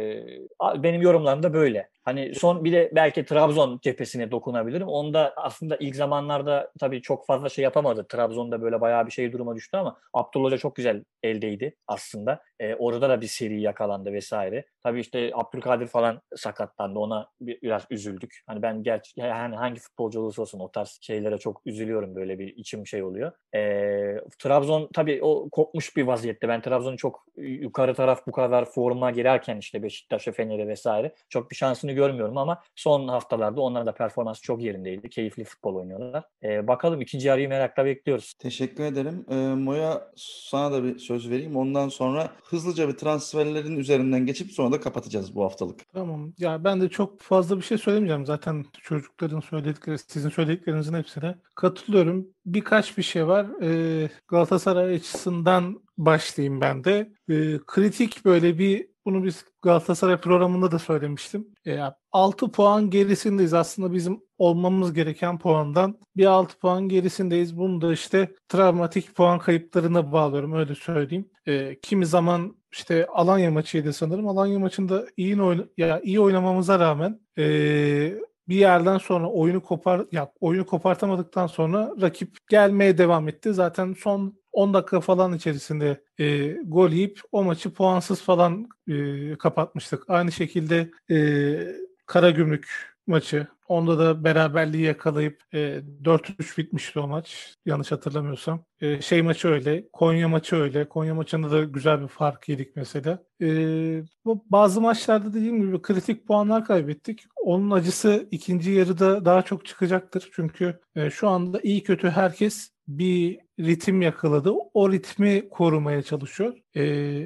benim yorumlarım da böyle. Hani son bir de belki Trabzon cephesine dokunabilirim. Onda aslında ilk zamanlarda tabii çok fazla şey yapamadı. Trabzon'da böyle bayağı bir şey duruma düştü ama Abdullah Hoca çok güzel eldeydi aslında. Ee, orada da bir seri yakalandı vesaire. Tabii işte Abdülkadir falan sakatlandı. Ona bir, biraz üzüldük. Hani ben gerçi yani hangi futbolcu olursa olsun o tarz şeylere çok üzülüyorum. Böyle bir içim şey oluyor. Ee, Trabzon tabii o kopmuş bir vaziyette. Ben Trabzon'u çok yukarı taraf bu kadar forma girerken işte Beşiktaş'a, Fener'e vesaire çok bir şansını görmüyorum ama son haftalarda onların da performansı çok yerindeydi. Keyifli futbol oynuyorlar. Ee, bakalım ikinci yarıyı merakla bekliyoruz. Teşekkür ederim. Ee, Moya sana da bir söz vereyim. Ondan sonra hızlıca bir transferlerin üzerinden geçip sonra da kapatacağız bu haftalık. Tamam. Ya ben de çok fazla bir şey söylemeyeceğim. Zaten çocukların söyledikleri, sizin söylediklerinizin hepsine katılıyorum. Birkaç bir şey var. Ee, Galatasaray açısından başlayayım ben de. Ee, kritik böyle bir bunu biz Galatasaray programında da söylemiştim. Ee, altı puan gerisindeyiz. Aslında bizim olmamız gereken puandan bir altı puan gerisindeyiz. Bunu da işte travmatik puan kayıplarına bağlıyorum. Öyle söyleyeyim. Ee, kimi zaman işte Alanya maçıydı sanırım. Alanya maçında iyi oyna- ya iyi oynamamıza rağmen ee, bir yerden sonra oyunu kopar ya oyunu kopartamadıktan sonra rakip gelmeye devam etti. Zaten son on dakika falan içerisinde e, gol yiyip o maçı puansız falan e, kapatmıştık. Aynı şekilde e, Karagümrük maçı. Onda da beraberliği yakalayıp e, dört üç bitmişti o maç. Yanlış hatırlamıyorsam. E, şey maçı öyle. Konya maçı öyle. Konya maçında da güzel bir fark yedik mesela. E, bu bazı maçlarda dediğim gibi kritik puanlar kaybettik. Onun acısı ikinci yarıda daha çok çıkacaktır. Çünkü e, şu anda iyi kötü herkes bir ritim yakaladı. O ritmi korumaya çalışıyor. E,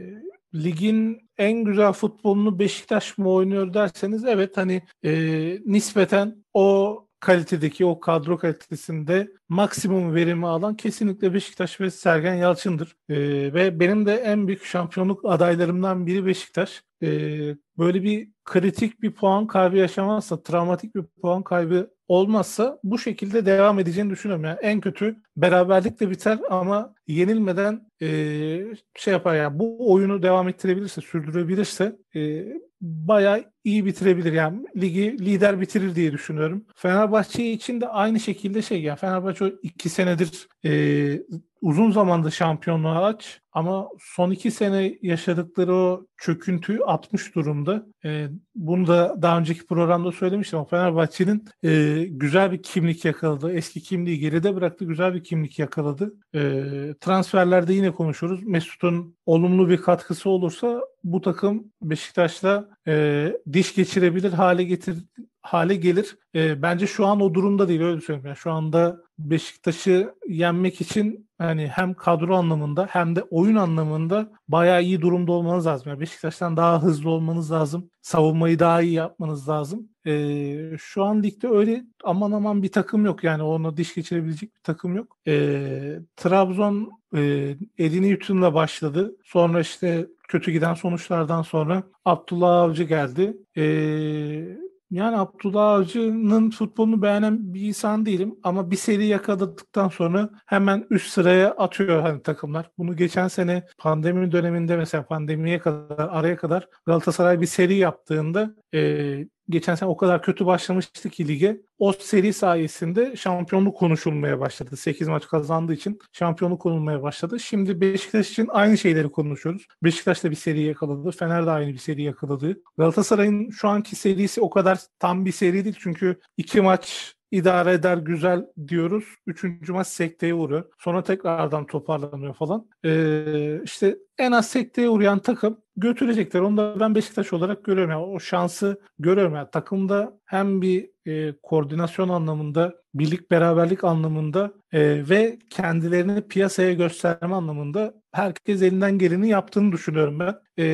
ligin en güzel futbolunu Beşiktaş mı oynuyor derseniz evet hani e, nispeten o kalitedeki o kadro kalitesinde maksimum verimi alan kesinlikle Beşiktaş ve Sergen Yalçın'dır. E, ve benim de en büyük şampiyonluk adaylarımdan biri Beşiktaş. E, böyle bir kritik bir puan kaybı yaşamazsa, travmatik bir puan kaybı olmazsa bu şekilde devam edeceğini düşünüyorum. Yani en kötü beraberlikle biter ama yenilmeden e, şey yapar yani bu oyunu devam ettirebilirse, sürdürebilirse e, bayağı iyi bitirebilir. Yani ligi lider bitirir diye düşünüyorum. Fenerbahçe için de aynı şekilde şey yani Fenerbahçe iki senedir e, uzun zamandır şampiyonluğa aç ama son iki sene yaşadıkları o çöküntüyü atmış durumda. E, bunu da daha önceki programda söylemiştim ama Fenerbahçe'nin e, güzel bir kimlik yakaladı. Eski kimliği geride bıraktı. Güzel bir kimlik yakaladı. E, transferlerde yine konuşuruz. Mesut'un olumlu bir katkısı olursa bu takım Beşiktaş'la e, diş geçirebilir hale getir hale gelir. E, bence şu an o durumda değil, öyle söyleyeyim. Yani şu anda Beşiktaş'ı yenmek için hani hem kadro anlamında hem de oyun anlamında bayağı iyi durumda olmanız lazım. Yani Beşiktaş'tan daha hızlı olmanız lazım. Savunmayı daha iyi yapmanız lazım. Ee, şu an ligde öyle aman aman bir takım yok. Yani ona diş geçirebilecek bir takım yok. Ee, Trabzon e, Edin Newton'la başladı. Sonra işte kötü giden sonuçlardan sonra Abdullah Avcı geldi. Ee, Yani Abdullah Avcı'nın futbolunu beğenen bir insan değilim ama bir seri yakaladıktan sonra hemen üst sıraya atıyor hani takımlar. Bunu geçen sene pandemi döneminde mesela pandemiye kadar araya kadar Galatasaray bir seri yaptığında e, geçen sene o kadar kötü başlamıştı ki lige. O seri sayesinde şampiyonluk konuşulmaya başladı. sekiz maç kazandığı için şampiyonluk konulmaya başladı. Şimdi Beşiktaş için aynı şeyleri konuşuyoruz. Beşiktaş da bir seri yakaladı. Fener de aynı bir seri yakaladı. Galatasaray'ın şu anki serisi o kadar tam bir seri değil. Çünkü iki maç idare eder güzel diyoruz. Üçüncü maç sekteye uğruyor. Sonra tekrardan toparlanıyor falan. Ee, işte en az sekteye uğrayan takım götürecekler. Onu da ben Beşiktaş olarak görüyorum. Yani o şansı görüyorum. Yani takımda hem bir e, koordinasyon anlamında, birlik beraberlik anlamında e, ve kendilerini piyasaya gösterme anlamında herkes elinden geleni yaptığını düşünüyorum ben. E,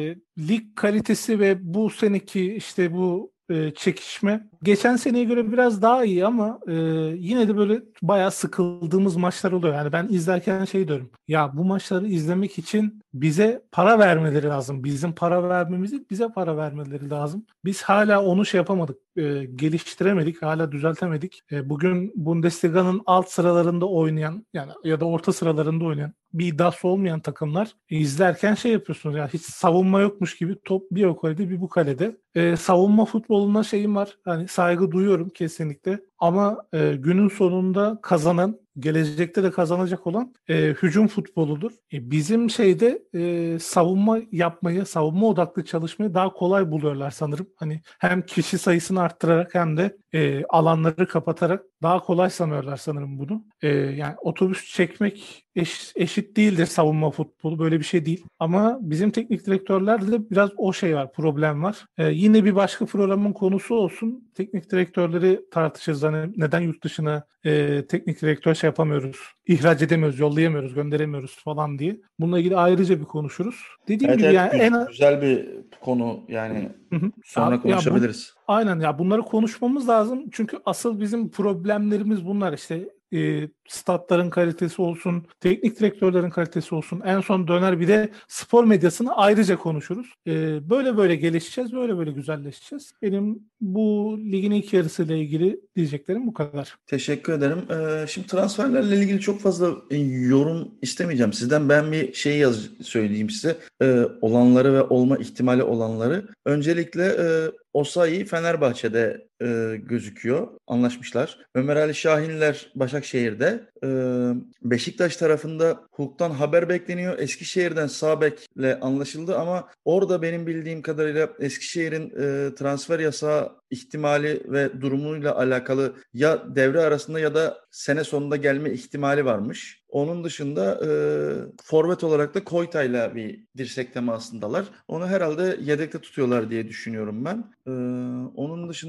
lig kalitesi ve bu seneki işte bu e, çekişme geçen seneye göre biraz daha iyi ama e, yine de böyle bayağı sıkıldığımız maçlar oluyor. Yani ben izlerken şey diyorum. Ya bu maçları izlemek için bize para vermeleri lazım. Bizim para vermemizi bize para vermeleri lazım. Biz hala onu şey yapamadık. E, geliştiremedik. Hala düzeltemedik. E, bugün Bundesliga'nın alt sıralarında oynayan yani ya da orta sıralarında oynayan bir iddiası olmayan takımlar e, izlerken şey yapıyorsunuz. Yani hiç savunma yokmuş gibi top bir o kalede bir bu kalede. E, savunma futboluna şeyim var. Hani saygı duyuyorum kesinlikle. Ama e, günün sonunda kazanan, gelecekte de kazanacak olan e, hücum futboludur. E, bizim şeyde e, savunma yapmayı, savunma odaklı çalışmayı daha kolay buluyorlar sanırım. Hani hem kişi sayısını arttırarak hem de e, alanları kapatarak daha kolay sanıyorlar sanırım bunu. E, yani otobüs çekmek eş, eşit değildir savunma futbolu. Böyle bir şey değil. Ama bizim teknik direktörlerde de biraz o şey var, problem var. E, yine bir başka programın konusu olsun. Teknik direktörleri tartışırız. Hani neden yurt dışına e, teknik direktör şey yapamıyoruz, ihraç edemiyoruz, yollayamıyoruz, gönderemiyoruz falan diye. Bununla ilgili ayrıca bir konuşuruz. Dediğim Evet, gibi evet, yani güzel, en güzel bir konu yani. Hı hı. Sonra Ya, ya bu, konuşabiliriz. aynen ya bunları konuşmamız lazım. Çünkü asıl bizim problemlerimiz bunlar işte. E, statların kalitesi olsun, teknik direktörlerin kalitesi olsun. En son döner bir de spor medyasını ayrıca konuşuruz. E, böyle böyle gelişeceğiz, böyle böyle güzelleşeceğiz. Benim bu ligin ilk yarısıyla ilgili diyeceklerim bu kadar. Teşekkür ederim. Ee, şimdi transferlerle ilgili çok fazla e, yorum istemeyeceğim sizden. Ben bir şey yaz söyleyeyim size. Ee, olanları ve olma ihtimali olanları. Öncelikle e, Osayi Fenerbahçe'de e, gözüküyor. Anlaşmışlar. Ömer Ali Şahinler Başakşehir'de. E, Beşiktaş tarafında Hulk'tan haber bekleniyor. Eskişehir'den sağ bekle anlaşıldı ama orada benim bildiğim kadarıyla Eskişehir'in e, transfer yasağı ihtimali ve durumuyla alakalı ya devre arasında ya da sene sonunda gelme ihtimali varmış. Onun dışında e, forvet olarak da Koyta'yla bir dirsek temasındalar. Onu herhalde yedekte tutuyorlar diye düşünüyorum ben. E, onun dışında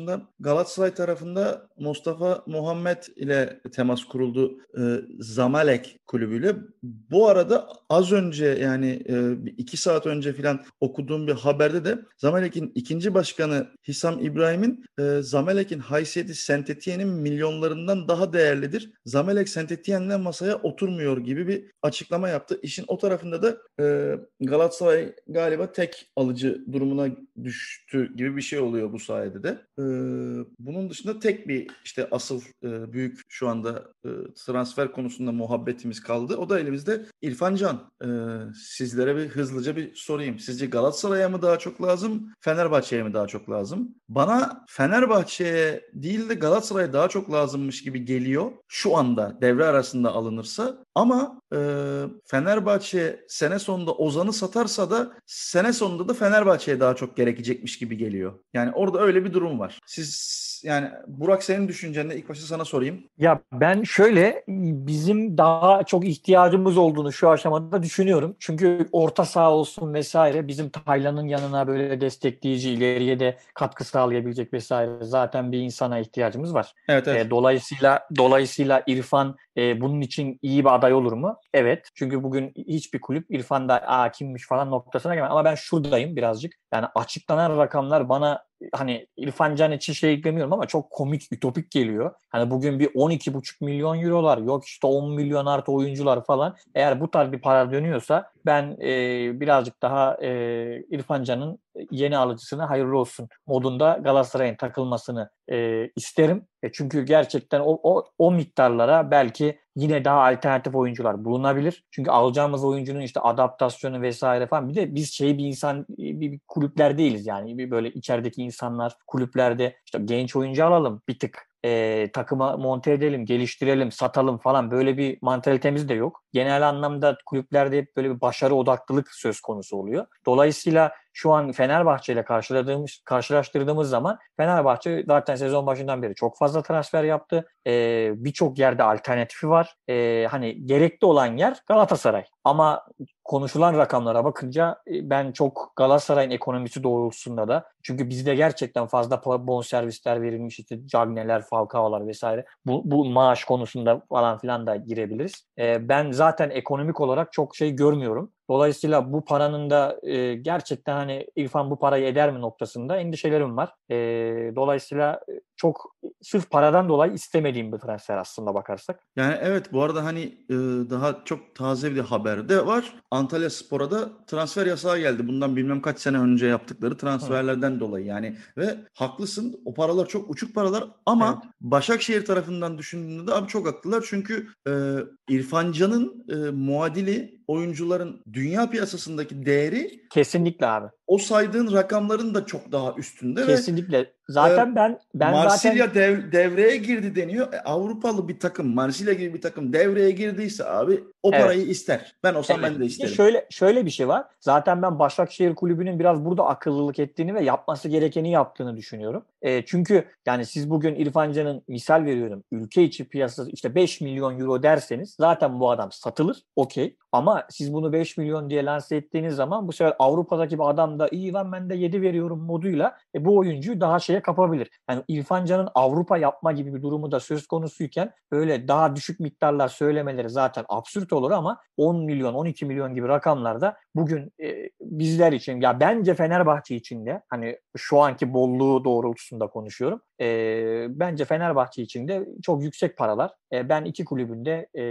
Galatasaray tarafında Mustafa Muhammed ile temas kuruldu e, Zamalek kulübüyle. Bu arada az önce yani e, iki saat önce filan okuduğum bir haberde de Zamalek'in ikinci başkanı Hissam İbrahim'in e, Zamalek'in haysiyeti Saint Etienne'in milyonlarından daha değerlidir. Zamalek Saint Etienne'le masaya oturmuyor gibi bir açıklama yaptı. İşin o tarafında da e, Galatasaray galiba tek alıcı durumuna düştü gibi bir şey oluyor bu sayede de. E, bunun dışında tek bir işte asıl e, büyük şu anda e, transfer konusunda muhabbetimiz kaldı. O da elimizde İrfan Can. E, sizlere bir hızlıca bir sorayım. Sizce Galatasaray'a mı daha çok lazım, Fenerbahçe'ye mi daha çok lazım? Bana Fenerbahçe'ye değil de Galatasaray'a daha çok lazımmış gibi geliyor. Şu anda devre arasında alınırsa. Ama e, Fenerbahçe sene sonunda Ozan'ı satarsa da sene sonunda da Fenerbahçe'ye daha çok gerekecekmiş gibi geliyor. Yani orada öyle bir durum var. Siz yani Burak senin düşüncen ne? İlk başta sana sorayım. Ya ben şöyle bizim daha çok ihtiyacımız olduğunu şu aşamada düşünüyorum. Çünkü orta saha olsun vesaire bizim Taylan'ın yanına böyle destekleyici, ileriye de katkı sağlayabilecek vesaire zaten bir insana ihtiyacımız var. Evet, evet. E, dolayısıyla dolayısıyla İrfan e, bunun için iyi bir aday olur mu? Evet. Çünkü bugün hiçbir kulüp İrfan'da aa kimmiş falan noktasına gelmez. Ama ben şuradayım birazcık. Yani açıklanan rakamlar bana hani İrfan Can için şey eklemiyorum ama çok komik, ütopik geliyor. Hani bugün bir on iki buçuk milyon eurolar yok işte on milyon artı oyuncular falan. Eğer bu tarz bir para dönüyorsa ben e, birazcık daha e, İrfan Can'ın yeni alıcısına hayırlı olsun modunda Galatasaray'ın takılmasını e, isterim. E çünkü gerçekten o, o, o miktarlara belki yine daha alternatif oyuncular bulunabilir. Çünkü alacağımız oyuncunun işte adaptasyonu vesaire falan. Bir de biz şey bir insan, bir, bir kulüpler değiliz yani. Bir böyle içerideki insanlar kulüplerde işte genç oyuncu alalım bir tık. E, takıma monte edelim, geliştirelim, satalım falan böyle bir mantalitemiz de yok. Genel anlamda kulüplerde hep böyle bir başarı odaklılık söz konusu oluyor. Dolayısıyla şu an Fenerbahçe ile karşıladığımız, karşılaştırdığımız zaman Fenerbahçe zaten sezon başından beri çok fazla transfer yaptı. Ee, birçok yerde alternatifi var. Ee, hani gerekli olan yer Galatasaray. Ama konuşulan rakamlara bakınca ben çok Galatasaray'ın ekonomisi doğrultusunda da çünkü bizde gerçekten fazla bonservisler verilmiş işte Cagne'ler, Falcao'lar vesaire. Bu, bu maaş konusunda falan filan da girebiliriz. Ee, ben zaten ekonomik olarak çok şey görmüyorum. Dolayısıyla bu paranın da e, gerçekten hani İrfan bu parayı eder mi noktasında endişelerim var. E, dolayısıyla çok sırf paradan dolayı istemediğim bir transfer aslında bakarsak. Yani evet bu arada hani e, daha çok taze bir haber de var. Antalyaspor'a da transfer yasağı geldi. Bundan bilmem kaç sene önce yaptıkları transferlerden Hı. dolayı yani. Ve haklısın o paralar çok uçuk paralar ama evet. Başakşehir tarafından düşündüğünde de abi çok haklılar. Çünkü e, İrfan Can'ın e, muadili oyuncuların dünya piyasasındaki değeri kesinlikle abi. O saydığın rakamların da çok daha üstünde. Kesinlikle. Ve zaten e, ben ben Marsilya zaten dev, devreye girdi deniyor. E, Avrupalı bir takım, Marsilya gibi bir takım devreye girdiyse abi o evet. parayı ister. Ben olsam evet. ben de isterim. Şöyle şöyle bir şey var. Zaten ben Başakşehir Kulübü'nün biraz burada akıllılık ettiğini ve yapması gerekeni yaptığını düşünüyorum. E, çünkü yani siz bugün İrfan Can'ın misal veriyorum ülke içi piyasası işte beş milyon euro derseniz zaten bu adam satılır. Okey. Ama siz bunu beş milyon diye lanse ettiğiniz zaman bu sefer Avrupa'daki bir adam da iyi lan ben de yedi veriyorum moduyla e, bu oyuncuyu daha şeye kapabilir. Yani İrfan Can'ın Avrupa yapma gibi bir durumu da söz konusuyken böyle daha düşük miktarlar söylemeleri zaten absürt olur ama on milyon on iki milyon gibi rakamlarda bugün e, bizler için ya bence Fenerbahçe için de hani şu anki bolluğu doğrultusunda konuşuyorum. E, bence Fenerbahçe için de çok yüksek paralar. E, ben iki kulübünde e,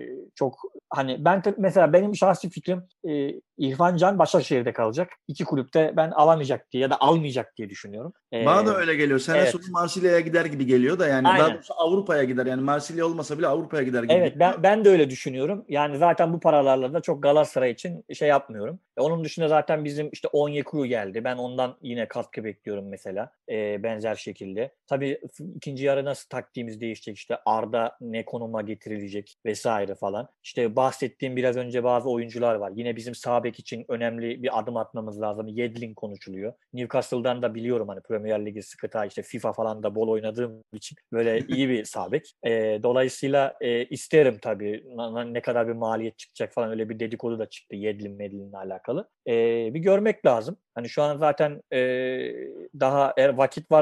çok hani ben mesela benim şahsi fikrim e, İrfan Can Başakşehir'de kalacak. İki kulüpte ben alamayacak diye ya da almayacak diye düşünüyorum. Ee, Bana da öyle geliyor. Sene evet. sonu Marsilya'ya gider gibi geliyor da yani Aynen. daha doğrusu Avrupa'ya gider. Yani Marsilya olmasa bile Avrupa'ya gider gibi. Evet ben, ben de öyle düşünüyorum. Yani zaten bu paralarla da çok Galatasaray için şey yapmıyorum. E, onun dışında zaten bizim işte Onyekuru geldi. Ben ondan yine katkı bekliyorum mesela. E, benzer şekilde. Tabii ikinci yarı nasıl taktiğimiz değişecek işte Arda ne konuma getirilecek vesaire falan. İşte bahsettiğim biraz önce bazı oyuncular var. Yine bizim sağ bek için önemli bir adım atmamız lazım. Yedlin konuşuluyor. Newcastle'dan da biliyorum hani Premier Ligi sıkı ta işte FIFA falan da bol oynadığım için böyle iyi bir sağ bek. E, dolayısıyla e, isterim tabii ne kadar bir maliyet çıkacak falan öyle bir dedikodu da çıktı Yedlin Medlin'le alakalı. E, bir görmek lazım. Hani şu an zaten e, daha er, vakit var ama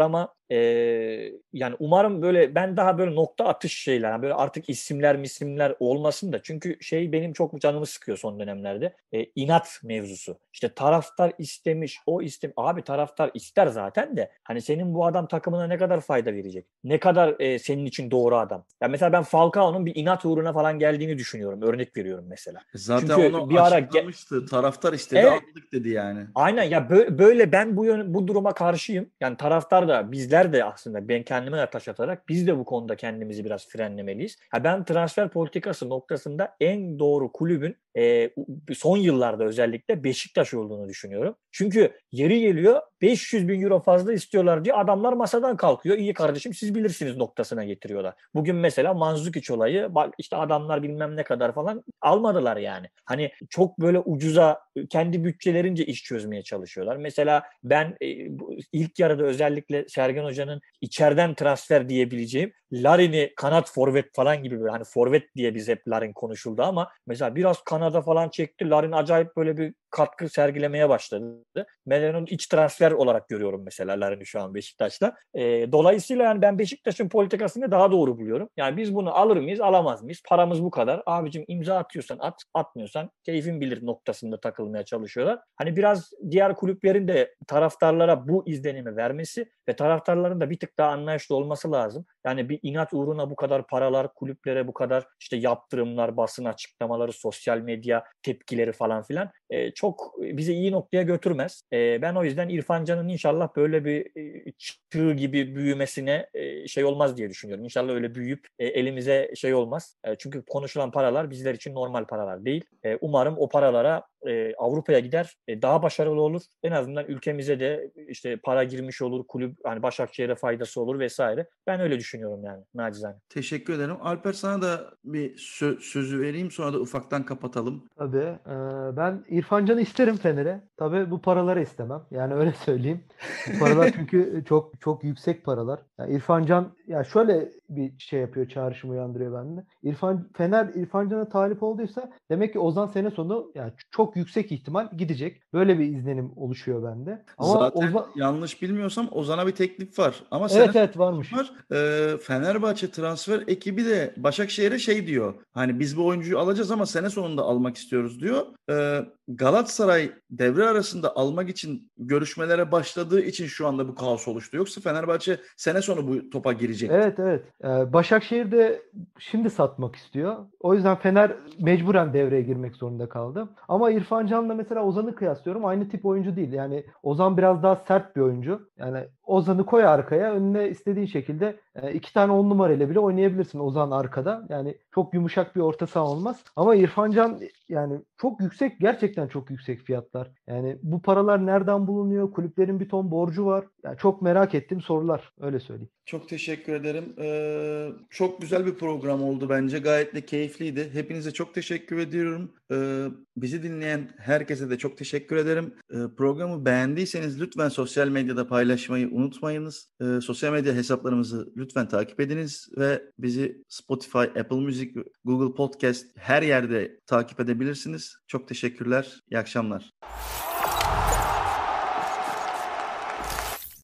e, yani umarım böyle ben daha böyle nokta atış şeyler yani böyle artık isimler misimler olmasın da çünkü şey benim çok canımı sıkıyor son dönemlerde. E, inat mevzusu. İşte taraftar istemiş, o istem. Abi taraftar ister zaten de hani senin bu adam takımına ne kadar fayda verecek? Ne kadar e, senin için doğru adam? Ya mesela ben Falcao'nun bir inat uğruna falan geldiğini düşünüyorum. Örnek veriyorum mesela. Zaten Çünkü onu bir ara açıklamıştı. Taraftar istedi, evet, aldık dedi yani. aynen ya böyle ben bu yön, bu duruma karşıyım. Yani taraftar da bizler de aslında ben kendime de taş atarak biz de bu konuda kendimizi biraz frenlemeliyiz. Ha ben transfer politikası noktasında en doğru kulübün e, son yıllarda özellikle Beşiktaş olduğunu düşünüyorum. Çünkü yeri geliyor beş yüz bin euro fazla istiyorlar diye adamlar masadan kalkıyor. İyi kardeşim siz bilirsiniz noktasına getiriyorlar. Bugün mesela Mandzukic olayı bak işte adamlar bilmem ne kadar falan almadılar yani. Hani çok böyle ucuza kendi bütçelerince iş çözmeye çalışıyorlar. Mesela ben e, ilk yarıda özellikle Sergen Hoca'nın içeriden transfer diyebileceğim Larin'i kanat forvet falan gibi böyle hani forvet diye biz hep Larin konuşuldu ama mesela biraz kanada falan çekti. Larin acayip böyle bir katkı sergilemeye başladı. Ben onun iç transfer olarak görüyorum mesela Larin'i şu an Beşiktaş'ta. E, dolayısıyla yani ben Beşiktaş'ın politikasını daha doğru buluyorum. Yani biz bunu alır mıyız, alamaz mıyız? Paramız bu kadar. Abicim imza atıyorsan at, atmıyorsan keyfin bilir noktasında takılmaya çalışıyorlar. Hani biraz diğer kulüplerin de taraftarlara bu izlenimi vermesi ve taraftarların da bir tık daha anlayışlı olması lazım. Yani bir inat uğruna bu kadar paralar, kulüplere bu kadar işte yaptırımlar, basın açıklamaları, sosyal medya tepkileri falan filan e, çok bizi iyi noktaya götürmez. E, ben o yüzden İrfan Can'ın inşallah böyle bir e, çığ gibi büyümesine e, şey olmaz diye düşünüyorum. İnşallah öyle büyüyüp e, elimize şey olmaz. E, çünkü konuşulan paralar bizler için normal paralar değil. E, umarım o paralara e, Avrupa'ya gider, e, daha başarılı olur. En azından ülkemize de işte para girmiş olur, kulüp hani Başakşehir'e faydası olur vesaire. Ben öyle düşünüyorum yani nacizane. Teşekkür ederim. Alper sana da bir sö- sözü vereyim sonra da ufaktan kapatalım. Tabii. e, ben İrfan Can'ı isterim Fener'e. Tabii bu paraları istemem. Yani öyle söyleyeyim. Bu paralar çünkü çok çok yüksek paralar. Yani İrfan Can ya şöyle bir şey yapıyor, çağrışım uyandırıyor bende. İrfan Fener İrfan Can'a talip olduysa demek ki Ozan sene sonu yani çok yüksek ihtimal gidecek. Böyle bir izlenim oluşuyor bende. Ama Zaten Ozan yanlış bilmiyorsam Ozan'a bir teklif var. Ama sene evet evet varmış. var. Ee, Fenerbahçe transfer ekibi de Başakşehir'e şey diyor. Hani biz bu oyuncuyu alacağız ama sene sonunda almak istiyoruz diyor. Ee, Galatasaray devre arasında almak için görüşmelere başladığı için şu anda bu kaos oluştu. Yoksa Fenerbahçe sene sonu bu topa girecek. Evet evet. Ee, Başakşehir de şimdi satmak istiyor. O yüzden Fener mecburen devreye girmek zorunda kaldı. Ama İrfan Can'la mesela Ozan'ı kıyaslıyorum. Aynı tip oyuncu değil. Yani Ozan biraz daha sert bir oyuncu. Yani Ozan'ı koy arkaya, önüne istediğin şekilde e, iki tane on numarayla bile oynayabilirsin Ozan arkada. Yani çok yumuşak bir orta saha olmaz. Ama İrfan Can yani çok yüksek, gerçekten çok yüksek fiyatlar. Yani bu paralar nereden bulunuyor? Kulüplerin bir ton borcu var. Yani çok merak ettiğim sorular. Öyle söyleyeyim. Çok teşekkür ederim. Ee, çok güzel bir program oldu bence. Gayet de keyifliydi. Hepinize çok teşekkür ediyorum. Ee, bizi dinleyen herkese de çok teşekkür ederim. Ee, programı beğendiyseniz lütfen sosyal medyada paylaşmayı unutmayınız. Ee, sosyal medya hesaplarımızı lütfen takip ediniz ve bizi Spotify, Apple Music, Google Podcast her yerde takip edebilirsiniz. Çok teşekkürler. İyi akşamlar.